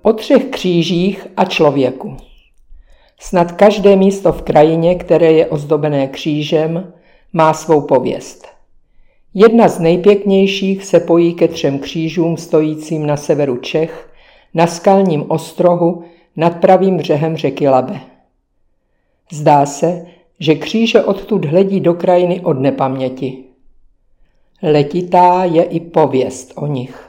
O 3 křížích a člověku. Snad každé místo v krajině, které je ozdobené křížem, má svou pověst. Jedna z nejpěknějších se pojí ke 3 křížům stojícím na severu Čech, na skalním ostrohu nad pravým břehem řeky Labe. Zdá se, že kříže odtud hledí do krajiny od nepaměti. Letitá je i pověst o nich.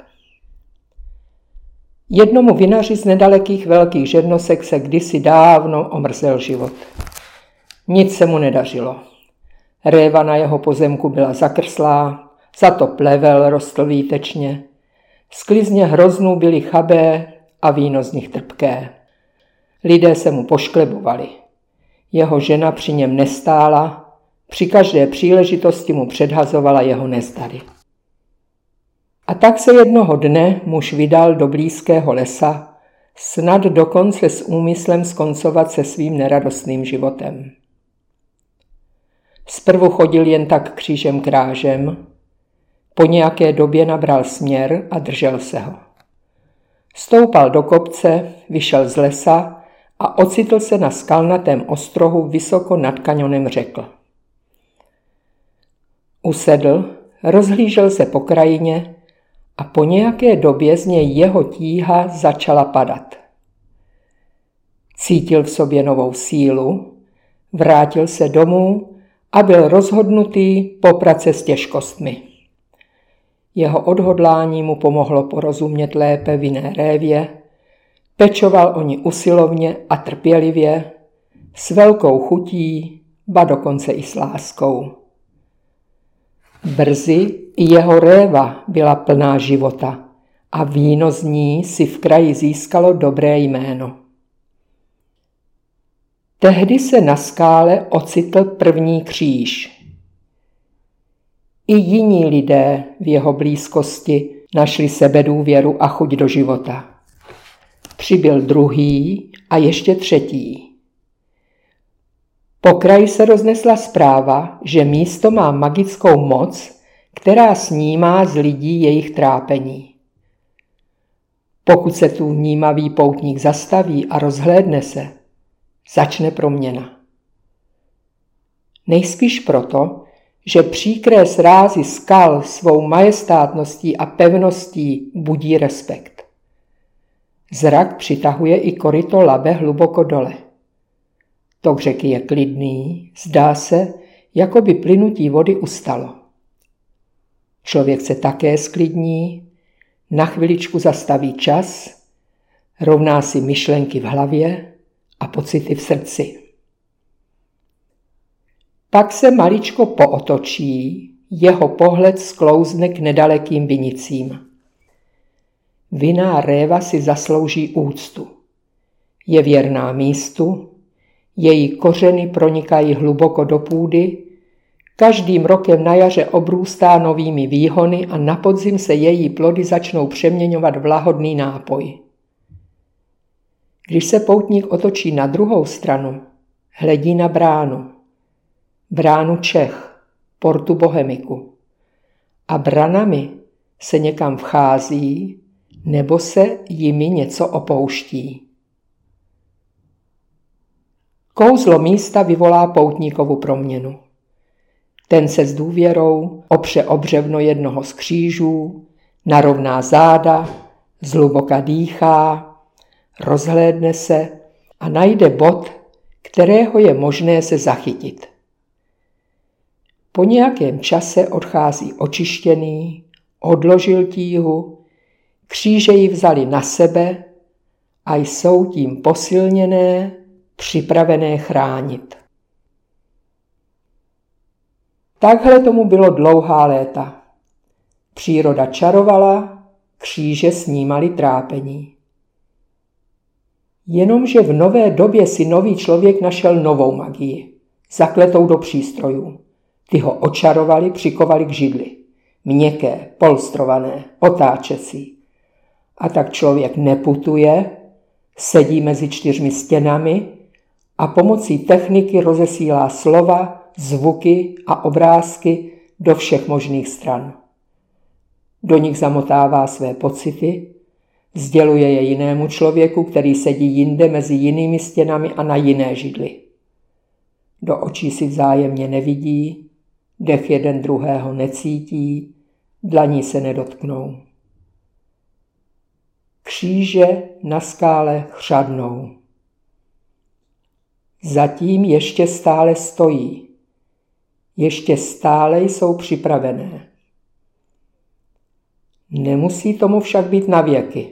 Jednomu vinaři z nedalekých Velkých Žernosek se kdysi dávno omrzel život. Nic se mu nedařilo. Réva na jeho pozemku byla zakrslá, za to plevel rostl výtečně. Sklizně hroznů byly chabé a víno z nich trpké. Lidé se mu pošklebovali. Jeho žena při něm nestála, při každé příležitosti mu předhazovala jeho nezdary. A tak se jednoho dne muž vydal do blízkého lesa, snad dokonce s úmyslem skoncovat se svým neradostným životem. Zprvu chodil jen tak křížem krážem, po nějaké době nabral směr a držel se ho. Stoupal do kopce, vyšel z lesa a ocitl se na skalnatém ostrohu vysoko nad kaňonem řekl. Usedl, rozhlížel se po krajině a po nějaké době z něj jeho tíha začala padat. Cítil v sobě novou sílu, vrátil se domů a byl rozhodnutý poprat se s těžkostmi. Jeho odhodlání mu pomohlo porozumět lépe vinné révě, pečoval o ní usilovně a trpělivě, s velkou chutí, ba dokonce i s láskou. Brzy jeho réva byla plná života a víno z ní si v kraji získalo dobré jméno. Tehdy se na skále ocitl první kříž. I jiní lidé v jeho blízkosti našli sebedůvěru a chuť do života. Přibyl druhý a ještě třetí. Po kraji se roznesla zpráva, že místo má magickou moc, která snímá z lidí jejich trápení. Pokud se tu vnímavý poutník zastaví a rozhlédne se, začne proměna. Nejspíš proto, že příkré srázy skal svou majestátností a pevností budí respekt. Zrak přitahuje i koryto Labe hluboko dole. Tok řeky je klidný, zdá se, jako by plynutí vody ustalo. Člověk se také sklidní, na chviličku zastaví čas, rovná si myšlenky v hlavě a pocity v srdci. Pak se maličko pootočí, jeho pohled sklouzne k nedalekým vinicím. Vinná réva si zaslouží úctu. Je věrná místu, její kořeny pronikají hluboko do půdy, každým rokem na jaře obrůstá novými výhony a na podzim se její plody začnou přeměňovat v lahodný nápoj. Když se poutník otočí na druhou stranu, hledí na bránu Čech, portu Bohemiku. A branami se někam vchází nebo se jimi něco opouští. Kouzlo místa vyvolá poutníkovu proměnu. Ten se s důvěrou opře o břevno jednoho z křížů, narovná záda, zhluboka dýchá, rozhlédne se a najde bod, kterého je možné se zachytit. Po nějakém čase odchází očištěný, odložil tíhu, kříže ji vzali na sebe a jsou tím posilněné, připravené chránit. Takhle tomu bylo dlouhá léta. Příroda čarovala, kříže snímaly trápení. Jenomže v nové době si nový člověk našel novou magii, zakletou do přístrojů. Ty ho očarovali, přikovali k židli. Měkké, polstrované, otáčecí. A tak člověk neputuje, sedí mezi 4 stěnami a pomocí techniky rozesílá slova, zvuky a obrázky do všech možných stran. Do nich zamotává své pocity, Sděluje je jinému člověku, který sedí jinde mezi jinými stěnami a na jiné židli. Do očí si vzájemně nevidí, dech jeden druhého necítí, dlaní se nedotknou. Kříže na skále chřadnou. Zatím ještě stále stojí. Ještě stále jsou připravené. Nemusí tomu však být navěky.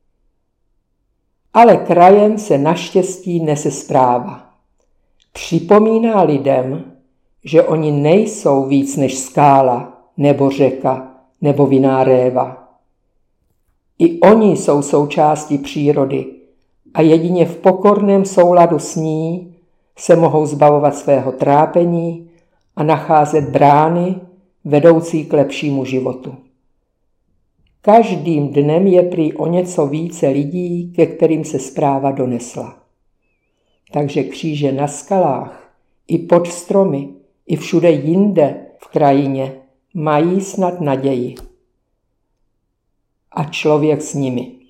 Ale krajem se naštěstí nese zpráva. Připomíná lidem, že oni nejsou víc než skála, nebo řeka, nebo vinná réva. I oni jsou součástí přírody a jedině v pokorném souladu s ní se mohou zbavovat svého trápení a nacházet brány vedoucí k lepšímu životu. Každým dnem je prý o něco více lidí, ke kterým se zpráva donesla. Takže kříže na skalách, i pod stromy, i všude jinde v krajině mají snad naději. A člověk s nimi.